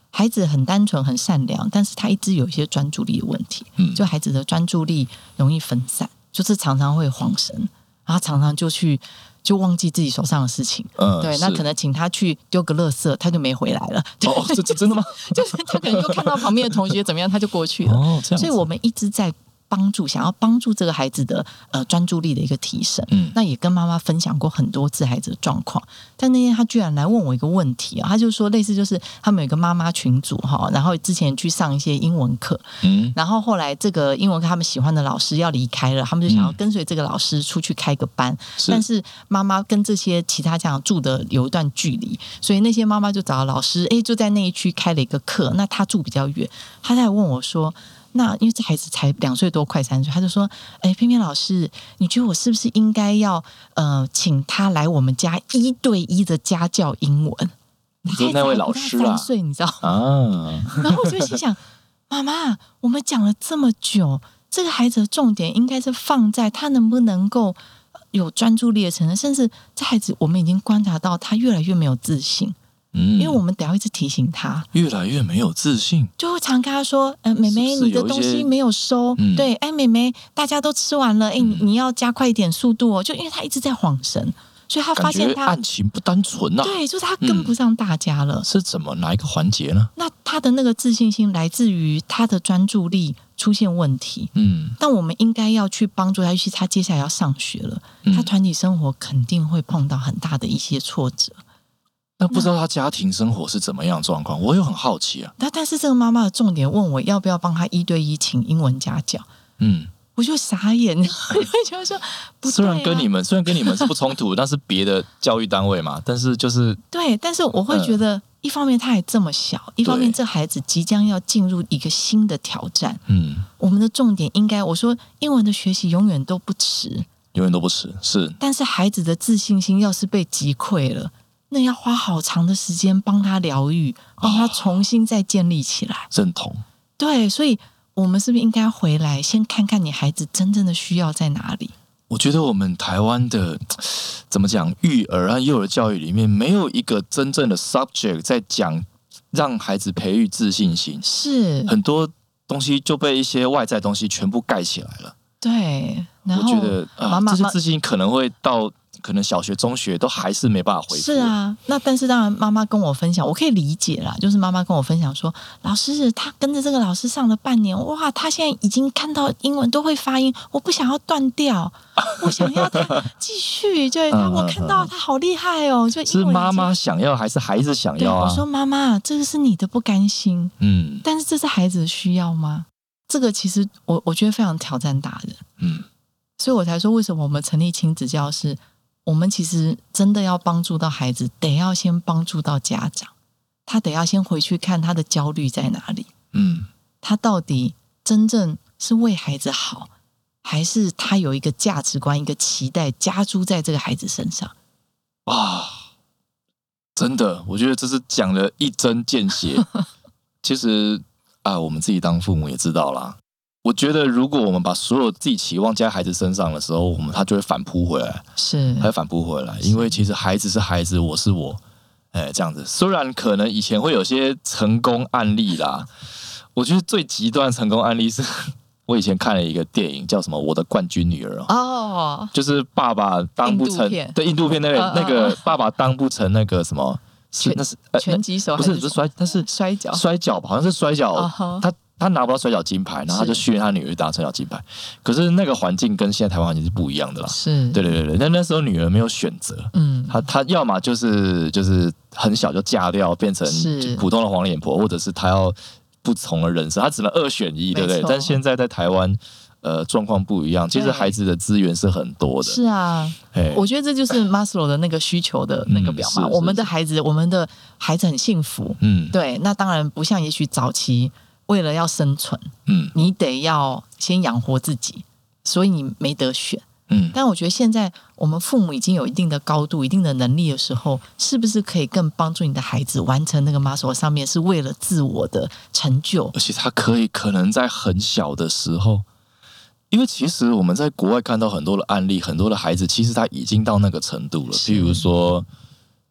孩子很单纯很善良，但是他一直有一些专注力的问题，就孩子的专注力容易分散，就是常常会晃神，然后常常就忘记自己手上的事情，对，那可能请他去丢个垃圾，他就没回来了。 哦，这真的吗？ 就是他可能就看到旁边的同学怎么样，他就过去了。哦，这样子。所以我们一直在想要帮助这个孩子的专注力的一个提升。那也跟妈妈分享过很多次孩子的状况，但那天他居然来问我一个问题啊，他就说类似就是他们有一个妈妈群组哈，然后之前去上一些英文课，然后后来这个英文课他们喜欢的老师要离开了，他们就想要跟随这个老师出去开个班，但是妈妈跟这些其他家长住的有一段距离，所以那些妈妈就找老师，就在那一区开了一个课，那他住比较远，他在问我说。那因为这孩子才2岁多快3岁，他就说：“偏偏老师，你觉得我是不是应该要请他来我们家1对1的家教英文？” 就是那位老师啦， 3岁你知道啊？然后我就心想，妈妈，我们讲了这么久，这个孩子的重点应该是放在他能不能够有专注力的成长，甚至这孩子我们已经观察到他越来越没有自信。因为我们得要一直提醒他， 越来越没有自信， 就会常跟他说：“妹妹，你的东西没有收。对，妹妹，大家都吃完了，你要加快一点速度哦。”就因为他一直在晃神，所以他发现他案情不单纯啊。 对，就是他跟不上大家了。 是怎么哪一个环节呢？ 那他的那个自信心来自于他的专注力出现问题。但我们应该要去帮助他，尤其他接下来要上学了，他团体生活肯定会碰到很大的一些挫折。 那不知道他家庭生活是怎么样的状况，我又很好奇啊。 但是这个妈妈的重点问我要不要帮他1对1请英文家教，我就傻眼，我就觉得说， 虽然跟你们是不冲突，但是别的教育单位嘛，但是就是对，但是我会觉得，一方面他还这么小，一方面这孩子即将要进入一个新的挑战，我们的重点应该，我说英文的学习永远都不迟，是，但是孩子的自信心要是被击溃了。那要花好长的时间帮他疗愈，帮他重新再建立起来。 认同。 对，所以我们是不是应该回来先看看你孩子真正的需要在哪里？ 我觉得我们台湾的怎么讲，育儿和幼儿教育里面没有一个真正的 subject 在讲让孩子培育自信心， 是很多东西就被一些外在东西全部盖起来了。 对，然后我觉得这些自信可能会到。可能小学、中学都还是没办法恢复。 是啊，那但是当然，妈妈跟我分享，我可以理解啦。就是妈妈跟我分享说，老师他跟着这个老师上了半年，哇，他现在已经看到英文都会发音，我不想要断掉，我想要他继续。对，我看到他好厉害哦，就是妈妈想要还是孩子想要啊？ 我说妈妈，这个是你的不甘心，但是这是孩子的需要吗？这个其实我觉得非常挑战大人，所以我才说为什么我们成立亲子教室。我们其实真的要帮助到孩子，得要先帮助到家长，他得要先回去看他的焦虑在哪里，他到底真正是为孩子好，还是他有一个价值观、一个期待加诸在这个孩子身上？ 哇，真的，我觉得这是讲了一针见血。其实我们自己当父母也知道啦。我觉得，如果我们把所有自己期望加在孩子身上的时候，他就会反扑回来，他会反扑回来，因为其实孩子是孩子，我是我，这样子。虽然可能以前会有些成功案例啦，我觉得最极端的成功案例是我以前看了一个电影，叫什么《我的冠军女儿》哦，就是爸爸当不成，对，印度片那个爸爸当不成那个什么，那是拳击手， 不是摔，那是摔跤吧，好像是摔跤，他拿不到摔跤金牌，然后他就训练他女儿打摔跤金牌。可是那个环境跟现在台湾环境是不一样的啦。 是， 对。那时候女儿没有选择，她要么就是很小就嫁掉，变成普通的黄脸婆，或者是她要不同的人生，她只能2选1，对不对？但现在在台湾，状况不一样。其实孩子的资源是很多的。 是啊，我觉得这就是 Maslow 的那个需求的那个表嘛。我们的孩子很幸福，对。那当然不像也许早期。为了要生存，你得要先养活自己，所以你没得选。但我觉得现在我们父母已经有一定的高度、一定的能力的时候，是不是可以更帮助你的孩子完成那个 muscle 上面是为了自我的成就？ 而且他可能在很小的时候，因为其实我们在国外看到很多的案例，很多的孩子其实他已经到那个程度了。譬如说，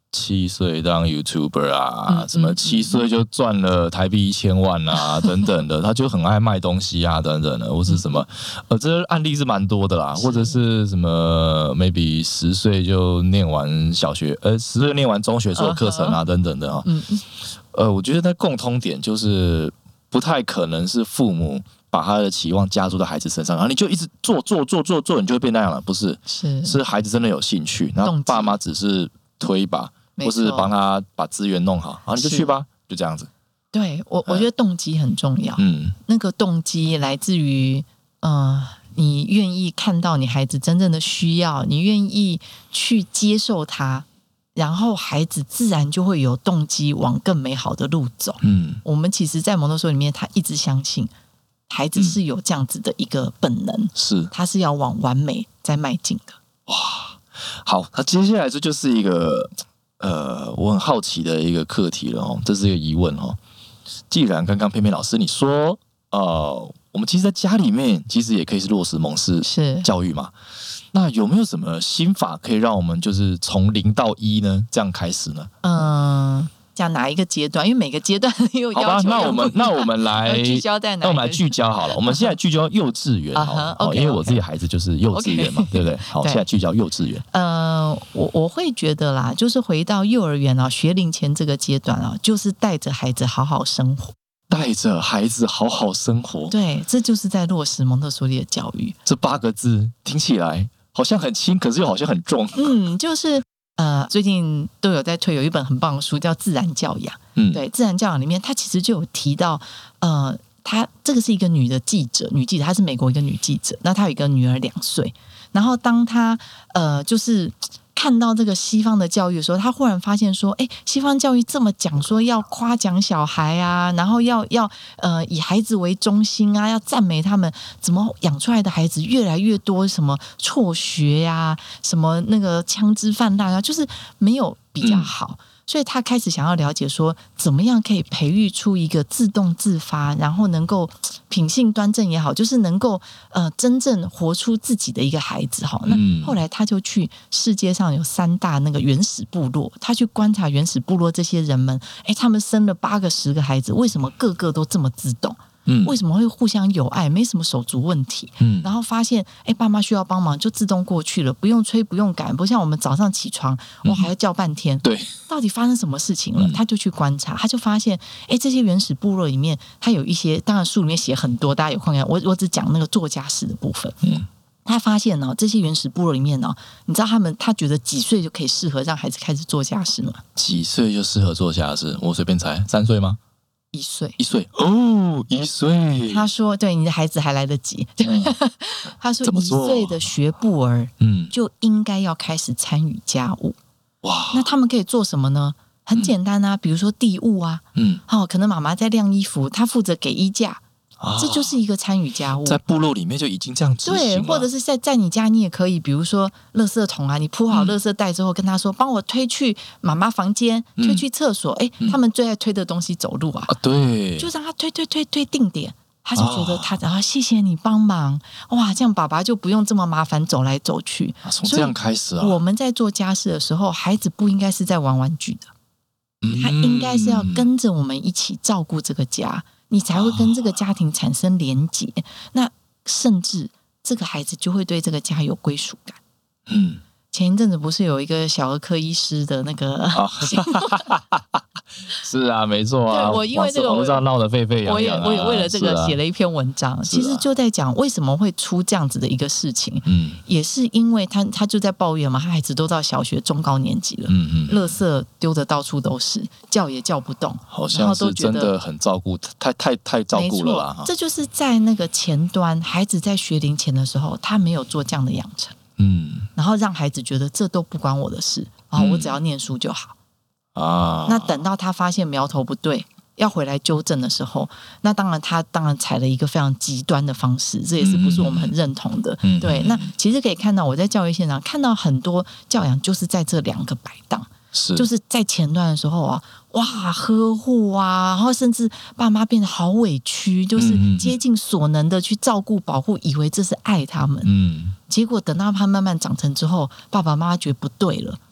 7岁当 YouTuber 啊，什么7岁就赚了台币1000万啊，等等的，他就很爱卖东西啊，等等的，或是什么，这案例是蛮多的啦，或者是什么 maybe 10岁就念完小学，10岁念完中学所有课程啊，等等的啊，我觉得那共通点就是不太可能是父母把他的期望加注在孩子身上，然后你就一直做，你就会变那样了，不是？是孩子真的有兴趣，然后爸妈只是推一把。或是帮他把资源弄好，然后你就去吧，就这样子。 对我觉得动机很重要。那个动机来自于你愿意看到你孩子真正的需要，你愿意去接受他，然后孩子自然就会有动机往更美好的路走。我们其实，在蒙特梭利里面，他一直相信孩子是有这样子的一个本能，是他是要往完美在迈进的。 哇，好，那接下来这就是一个。我很好奇的一个课题了哦，这是一个疑问哦。既然刚刚佩佩老师你说，我们其实在家里面其实也可以是落实蒙氏教育嘛，那有没有什么心法可以让我们就是从0到1呢？这样开始呢？ 讲哪一个阶段？因为每个阶段有要求。好吧，那我们来聚焦在哪？ 那我们来聚焦好了。我们现在聚焦幼稚园好了，因为我自己孩子就是幼稚园嘛，对不对？好，现在聚焦幼稚园。 我会觉得啦，就是回到幼儿园啊，学龄前这个阶段啊，就是带着孩子好好生活， 带着孩子好好生活。 对，这就是在落实蒙特梭利的教育。 这8个字听起来好像很轻，可是又好像很重。 就是。最近都有在推有一本很棒的书叫《自然教养》。对，《自然教养》里面，它其实就有提到，她这个是一个女记者，她是美国一个女记者，那她有一个女儿2岁，然后当她就是看到这个西方的教育的时候，她忽然发现说，西方教育这么讲说要夸奖小孩啊，然后要以孩子为中心啊，要赞美他们，怎么养出来的孩子越来越多什么辍学呀，什么那个枪支泛滥啊，就是没有比较好。所以他开始想要了解说，怎么样可以培育出一个自动自发，然后能够品性端正也好，就是能够真正活出自己的一个孩子哈。那后来他就去世界上有3大那个原始部落，他去观察原始部落这些人们，他们生了8个10个孩子，为什么个个都这么自动？为什么会互相友爱，没什么手足问题？然后发现爸妈需要帮忙就自动过去了，不用催不用赶，不像我们早上起床我还要叫半天。 对， 到底发生什么事情了？他就去观察，他就发现这些原始部落里面，他有一些，当然书里面写很多，大家有空看，我只讲那个做家事的部分。他发现这些原始部落里面你知道他觉得几岁就可以适合让孩子开始做家事吗？ 几岁就适合做家事？我随便猜，3岁吗 ？1岁哦，1岁。 他说：“对，你的孩子还来得及。他说：“1岁的学步儿，就应该要开始参与家务。哇，那他们可以做什么呢？很简单啊，比如说地务啊，可能妈妈在晾衣服，他负责给衣架。”这就是一个参与家务， 在部落里面就已经这样执行了。 对，或者是在你家，你也可以，比如说垃圾桶啊，你铺好垃圾袋之后，跟他说：“帮我推去妈妈房间，推去厕所。”他们最爱推的东西走路啊， 对， 就让他推定点，他就觉得他谢谢你帮忙，哇，这样爸爸就不用这么麻烦走来走去。 从这样开始啊， 我们在做家事的时候，孩子不应该是在玩玩具的，他应该是要跟着我们一起照顾这个家。你才会跟这个家庭产生连结，那甚至这个孩子就会对这个家有归属感。前一阵子不是有一个小儿科医师的那个是啊，没错啊。 我因为这个网络上闹得沸沸扬扬， 我也为了这个写了一篇文章，其实就在讲为什么会出这样子的一个事情。也是因为他就在抱怨嘛，他孩子都到小学中高年级了，垃圾丢的到处都是，叫也叫不动， 好像是真的很照顾，太照顾了啦。 这就是在那个前端，孩子在学龄前的时候，他没有做这样的养成。然后让孩子觉得这都不关我的事啊，我只要念书就好啊。那等到他发现苗头不对，要回来纠正的时候，那他当然采了一个非常极端的方式，这也是不是我们很认同的。对，那其实可以看到我在教育现场看到很多教养就是在这2个摆荡。就是在前段的时候啊，哇，呵护啊，然后甚至爸妈变得好委屈，就是竭尽所能的去照顾保护，以为这是爱他们。结果等到他慢慢长成之后，爸爸妈妈觉得不对了，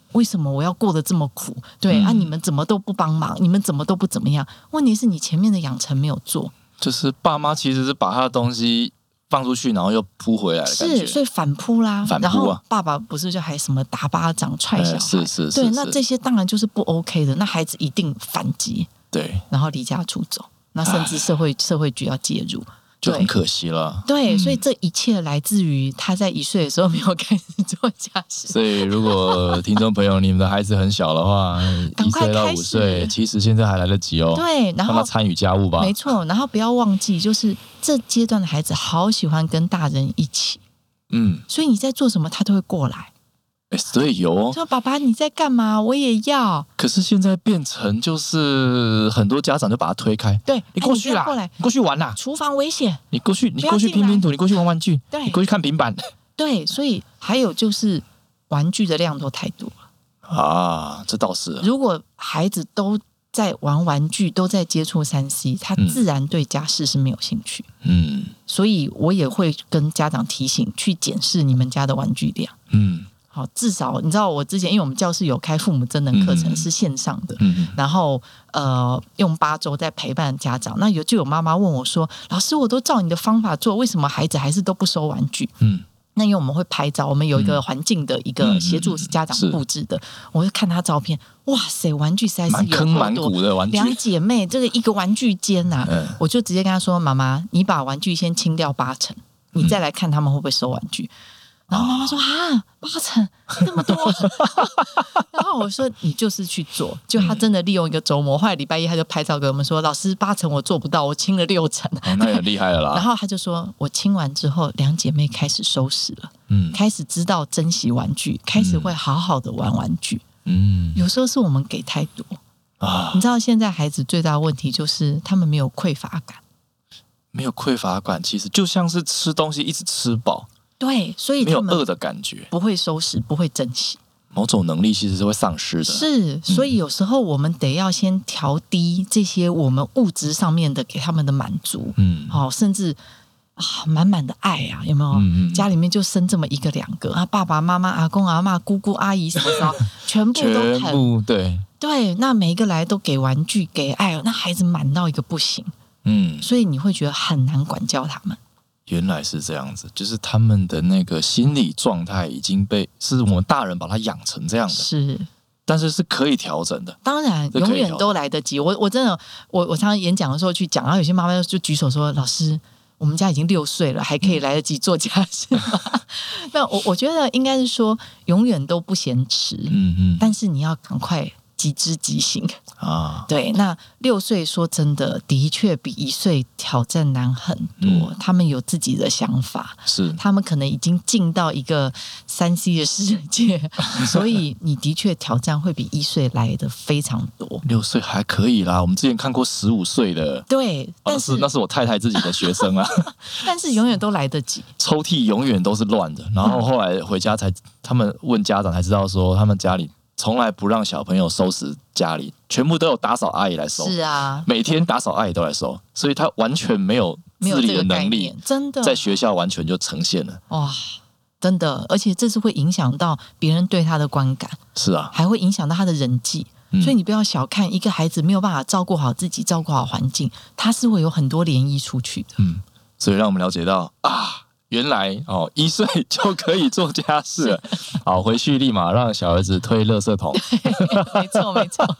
为什么我要过得这么苦？对、你们怎么都不帮忙，你们怎么都不怎么样？问题是你前面的养成没有做， 就是爸妈其实是把他的东西放出去，然后又扑回来的感觉， 是，所以反扑啦。 反扑啊， 然后爸爸不是就还什么打巴掌、踹小孩？ 是， 对，那这些当然就是不 OK 的，那孩子一定反击， 对， 然后离家出走，那甚至社会局要介入。 就很可惜了。 对，所以这一切来自于他在1岁的时候没有开始做家事。 所以，如果听众朋友你们的孩子很小的话，1岁到5岁，其实现在还来得及哦。 对，然后让他参与家务吧。 没错，然后不要忘记，就是这阶段的孩子好喜欢跟大人一起。所以你在做什么，他都会过来。 所以有哦， 说爸爸你在干嘛？我也要。 可是现在变成就是很多家长就把他推开， 对， 你过去啦， 过来， 你过去玩啦， 厨房危险， 你过去拼拼图，你过去玩玩具， 对， 你过去看平板。 对，所以还有就是玩具的量都太多了啊，这倒是。 如果孩子都在玩玩具，都在接触3C，他自然对家事是没有兴趣。所以我也会跟家长提醒，去检视你们家的玩具量。好，至少你知道我之前，因为我们教室有开父母真人课程，是线上的，然后用8周在陪伴家长。那就有妈妈问我说：“老师，我都照你的方法做，为什么孩子还是都不收玩具？”那因为我们会拍照，我们有一个环境的一个协助家长布置的，我就看他照片，哇塞，玩具实在是有满坑满谷的玩具 ，2姐妹这个一个玩具间啊，我就直接跟他说：“妈妈，你把玩具先清掉80%，你再来看他们会不会收玩具。”然后妈妈说啊，80%这么多，然后我说你就是去做，就他真的利用一个周末，后来礼拜1他就拍照给我们说，老师80%我做不到，我清了60%， 那也厉害了啦。 然后他就说我清完之后，2姐妹开始收拾了，开始知道珍惜玩具，开始会好好的玩玩具。有时候是我们给太多啊，你知道现在孩子最大的问题就是他们没有匮乏感， 没有匮乏感，其实就像是吃东西一直吃饱。 对，所以没有饿的感觉， 不会收拾，不会珍惜， 某种能力其实是会丧失的。 是，所以有时候我们得要先调低这些我们物质上面的给他们的满足，甚至满满的爱啊，有没有？家里面就生这么1个2个啊，爸爸妈妈、阿公阿嬷、姑姑阿姨什么的，全部都疼，对，那每一个来都给玩具、给爱，那孩子满到一个不行，所以你会觉得很难管教他们。 原来是这样子，就是他们的那个心理状态已经是我们大人把他养成这样的， 是， 但是是可以调整的。 当然，永远都来得及。我真的，我常常演讲的时候去讲，然后有些妈妈就举手说：“老师，我们家已经6岁了，还可以来得及做家事吗？”那我觉得应该是说，永远都不嫌迟，但是你要赶快即知即行啊！对，那6岁说真的，的确比1岁挑战难很多。他们有自己的想法， 是他们可能已经进到一个3C 的世界，所以你的确挑战会比1岁来的非常多。 6岁还可以啦，我们之前看过15岁的， 对，但是那是我太太自己的学生啊。 但是永远都来得及， 抽屉永远都是乱的。然后后来回家他们问家长才知道说，他们家里从来不让小朋友收拾家里，全部都有打扫阿姨来收。 是啊， 每天打扫阿姨都来收，所以他完全没有自理的能力， 真的在学校完全就呈现了。 哇，真的，而且这是会影响到别人对他的观感， 是啊， 还会影响到他的人际。所以你不要小看一个孩子没有办法照顾好自己、照顾好环境，他是会有很多涟漪出去的。 所以让我们了解到啊。原来1岁就可以做家事了。好，回去立马让小儿子推垃圾桶。 没错没错。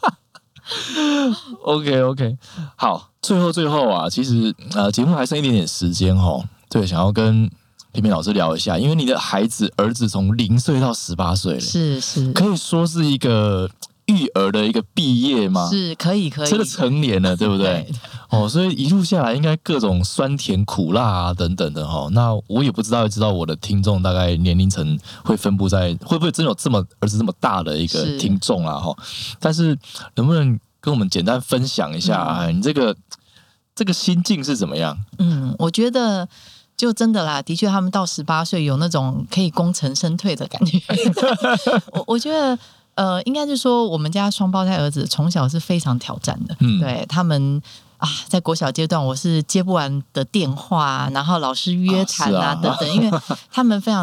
OK， 好，最后啊，其实节目还剩一点点时间对，想要跟平平老师聊一下，因为你的儿子从0岁到18岁了， 是可以说是一个育儿的一个毕业吗？ 是可以， 真的成年了，对不对？所以一路下来，应该各种酸甜苦辣啊等等的那我也不知道我的听众大概年龄层会分布在会不会真有儿子这么大的一个听众啊但是能不能跟我们简单分享一下你这个心境是怎么样？ 我觉得就真的啦，的确他们到18岁有那种可以功成身退的感觉。我觉得。应该是说我们家双胞胎儿子从小是非常挑战的，对他们在国小阶段我是接不完的电话，然后老师约谈等等，因为他们非常的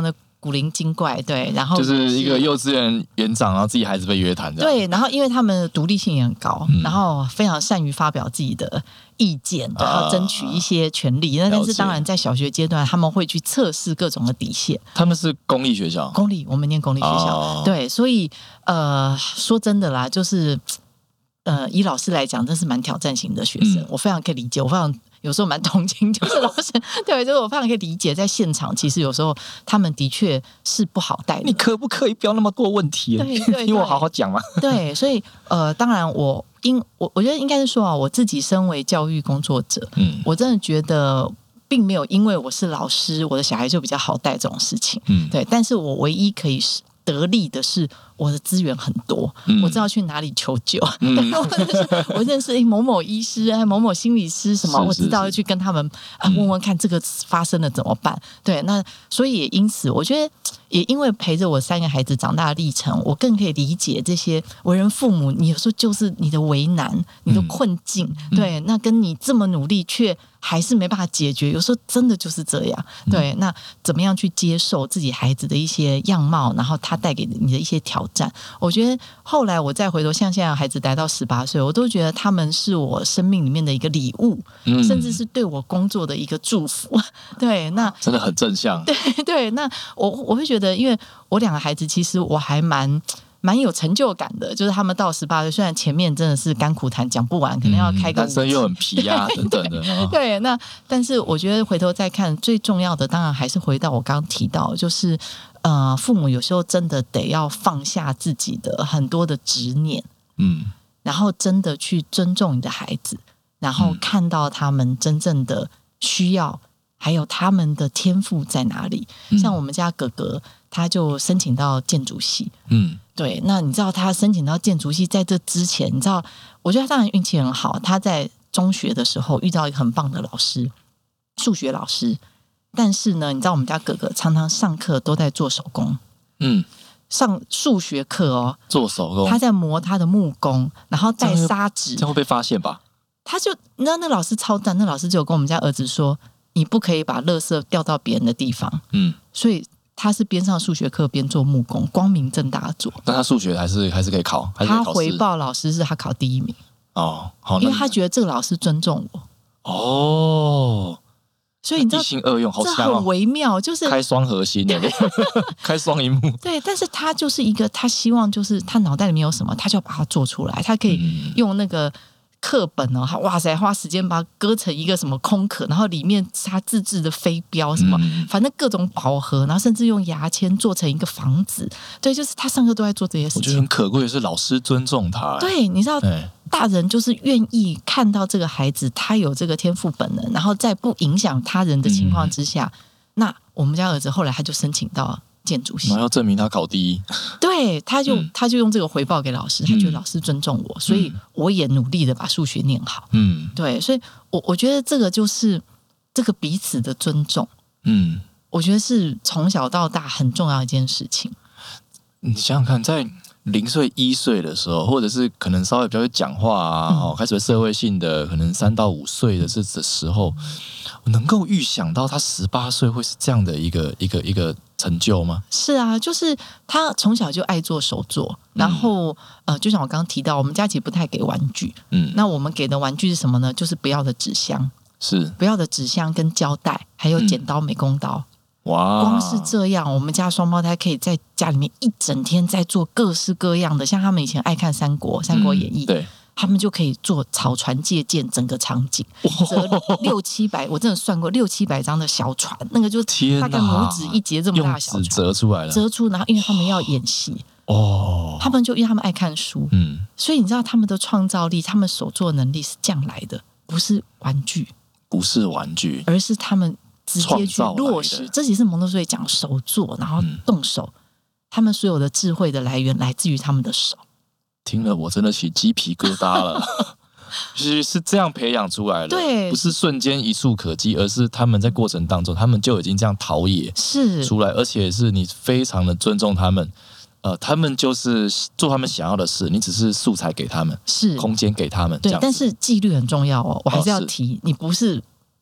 古灵精怪，对，然后就是一个幼稚园园长，然后自己孩子被约谈， 对，然后因为他们的独立性也很高，然后非常善于发表自己的意见，然后争取一些权利。那但是当然在小学阶段，他们会去测试各种的底线。 他们是公立学校， 我们念公立学校，对，所以说真的啦，就是以老师来讲，这是蛮挑战型的学生，我非常可以理解，我非常。有时候蛮同情，就是老师对，就是我非常可以理解，在现场其实有时候他们的确是不好带的。 你可不可以不要那么多问题？ 对， 听我好好讲嘛。 对，所以当然我觉得应该是说啊，我自己身为教育工作者，我真的觉得并没有因为我是老师，我的小孩就比较好带这种事情。对，但是我唯一可以得力的是我的资源很多，我知道去哪里求救。我认识某某医师、某某心理师什么，我知道要去跟他们问问看这个发生了怎么办。对，那所以也因此，我觉得也因为陪着我3个孩子长大的历程，我更可以理解这些为人父母，你有时候就是你的为难、你的困境。对，那跟你这么努力却还是没办法解决，有时候真的就是这样。对，那怎么样去接受自己孩子的一些样貌，然后他带给你的一些挑战？我觉得后来我再回头，像现在孩子来到18岁，我都觉得他们是我生命里面的一个礼物，甚至是对我工作的一个祝福。对，那真的很正向。 对，那我会觉得，因为我2个孩子，其实我还蛮有成就感的，就是他们到18岁，虽然前面真的是甘苦谈讲不完，可能要开个单身又很皮啊等等的。 对，那但是我觉得回头再看，最重要的当然还是回到我刚刚提到，就是父母有时候真的得要放下自己的很多的执念，然后真的去尊重你的孩子，然后看到他们真正的需要，还有他们的天赋在哪里。像我们家哥哥，他就申请到建筑系，对，那你知道他申请到建筑系，在这之前，你知道，我觉得他当然运气很好，他在中学的时候遇到一个很棒的老师，数学老师。但是呢，你知道我们家哥哥常常上课都在做手工，上数学课做手工， 他在磨他的木工，然后带砂纸， 这样会被发现吧？ 他就那老师超赞，那老师就有跟我们家儿子说，你不可以把垃圾掉到别人的地方，所以他是边上数学课边做木工，光明正大做。 但他数学还是可以考， 他回报老师是他考第1名好， 因为他觉得这个老师尊重我。所以你知道一心二用，好强这很微妙，就是开双核心的，开双萤幕。 对，但是他就是一个，他希望就是他脑袋里面有什么，他就要把它做出来。他可以用那个课本哇塞，花时间把它割成一个什么空壳，然后里面他自制的飞镖什么，反正各种宝盒，然后甚至用牙签做成一个房子。对，就是他上课都在做这些事情。 我觉得很可贵的是老师尊重他。 对，你知道。大人就是愿意看到这个孩子他有这个天赋本能，然后在不影响他人的情况之下，那我们家儿子后来他就申请到建筑系， 然后要证明他考第1。 对，他就用这个回报给老师，他觉得老师尊重我，所以我也努力的把数学念好。对，所以我觉得这个就是这个彼此的尊重。我觉得是从小到大很重要的一件事情。 你想想看，在0岁1岁的时候，或者是可能稍微比较会讲话啊，开始社会性的，可能3到5岁的这时候，我能够预想到他18岁会是这样的一个成就吗？ 是啊，就是他从小就爱做手作，然后就像我刚刚提到，我们家其实不太给玩具，那我们给的玩具是什么呢？就是不要的纸箱，不要的纸箱跟胶带，还有剪刀、美工刀。 哇！ 光是这样，我们家双胞胎可以在家里面一整天在做各式各样的，像他们以前爱看三国演义， 对， 他们就可以做草船借箭整个场景，折600-700，我真的算过600-700张的小船，那个就大概拇指一节这么大的小船， 折出来了， 然后因为他们要演戏他们就因为他们爱看书，所以你知道他们的创造力，他们手作能力是这样来的，不是玩具，而是他们直接去落实。这也是蒙特梭利讲手作，然后动手，他们所有的智慧的来源来自于他们的手。 听了我真的起鸡皮疙瘩了。是这样培养出来的， 对， 不是瞬间一触可及，而是他们在过程当中，他们就已经这样陶冶出来，而且是你非常的尊重他们。他们就是做他们想要的事，你只是素材给他们，是空间给他们， 对。但是纪律很重要哦，我还是要提，你不是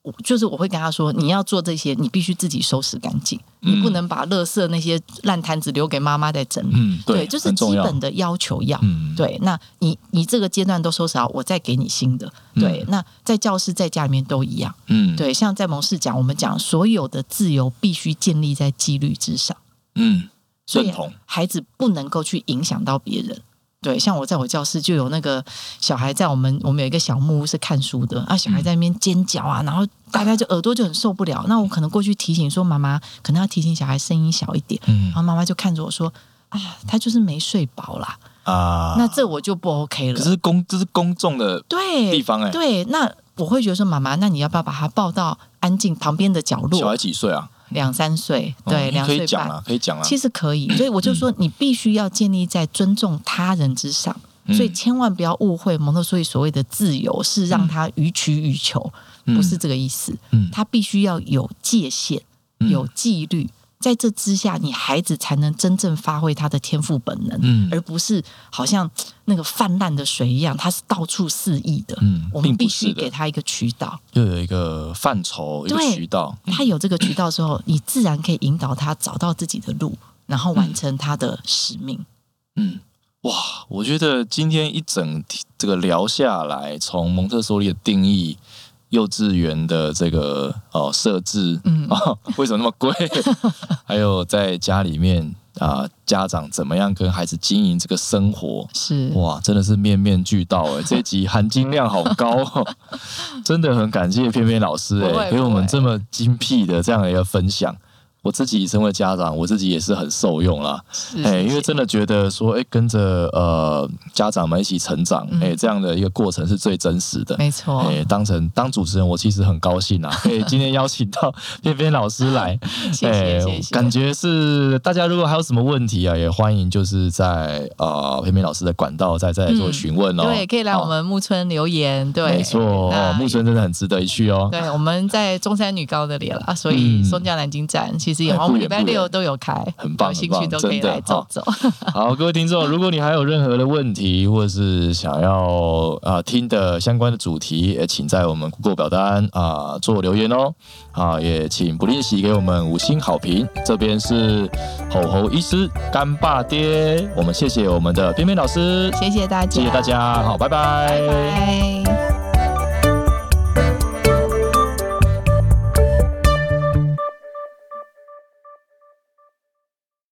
就是我会跟他说，你要做这些，你必须自己收拾干净，你不能把垃圾那些烂摊子留给妈妈在整理。对，就是基本的要求要。对，那你这个阶段都收拾好，我再给你新的。对，那在教室在家里面都一样。对，像在蒙氏讲，我们讲所有的自由必须建立在纪律之上。所以孩子不能够去影响到别人。对，像我在我教室就有那个小孩在我们有一个小木屋是看书的啊，小孩在那边尖叫啊，然后大家就耳朵就很受不了。那我可能过去提醒说，妈妈可能要提醒小孩声音小一点。然后妈妈就看着我说啊，他就是没睡饱啦。那这我就不 OK 了。 可是这是公众的地方对，那我会觉得说，妈妈，那你要不要把他抱到安静旁边的角落？ 小孩几岁啊 ？2-3岁，对，2岁半， 可以讲啊， 其实可以。所以我就说，你必须要建立在尊重他人之上。所以千万不要误会蒙特梭利所谓的自由是让他予取予求，不是这个意思。他必须要有界限，有纪律。在这之下，你孩子才能真正发挥他的天赋本能，而不是好像那个泛滥的水一样，它是到处肆意的。我们必须给他一个渠道， 又有一个范畴，一个渠道。 他有这个渠道之后，你自然可以引导他找到自己的路，然后完成他的使命。 哇，我觉得今天一整这个聊下来，从蒙特梭利的定义。幼稚园的这个设置，为什么那么贵？还有在家里面家长怎么样跟孩子经营这个生活？ 是哇，真的是面面俱到这一集含金量好高真的很感谢翩翩老师给我们这么精辟的这样的一个分享。我自己身为家长，我自己也是很受用啦。因为真的觉得说，跟着家长们一起成长，这样的一个过程是最真实的。 没错。 当主持人，我其实很高兴啊，今天邀请到翩翩老师来， 谢谢。 感觉是大家如果还有什么问题啊，也欢迎就是在翩翩老师的管道再做询问哦。 对，可以来我们木村留言。对， 没错，木村真的很值得一去哦。 对，我们在中山女高那里了，所以松江南京站其实我们礼拜6都有开， 很棒， 有兴趣都可以来走走。 好，各位听众，如果你还有任何的问题，或者是想要听的相关的主题，也请在我们 Google 表单做留言哦。也请不吝惜给我们5星好评。这边是吼吼医师干爸爹，我们谢谢我们的翩翩老师， 谢谢大家， 好，拜拜。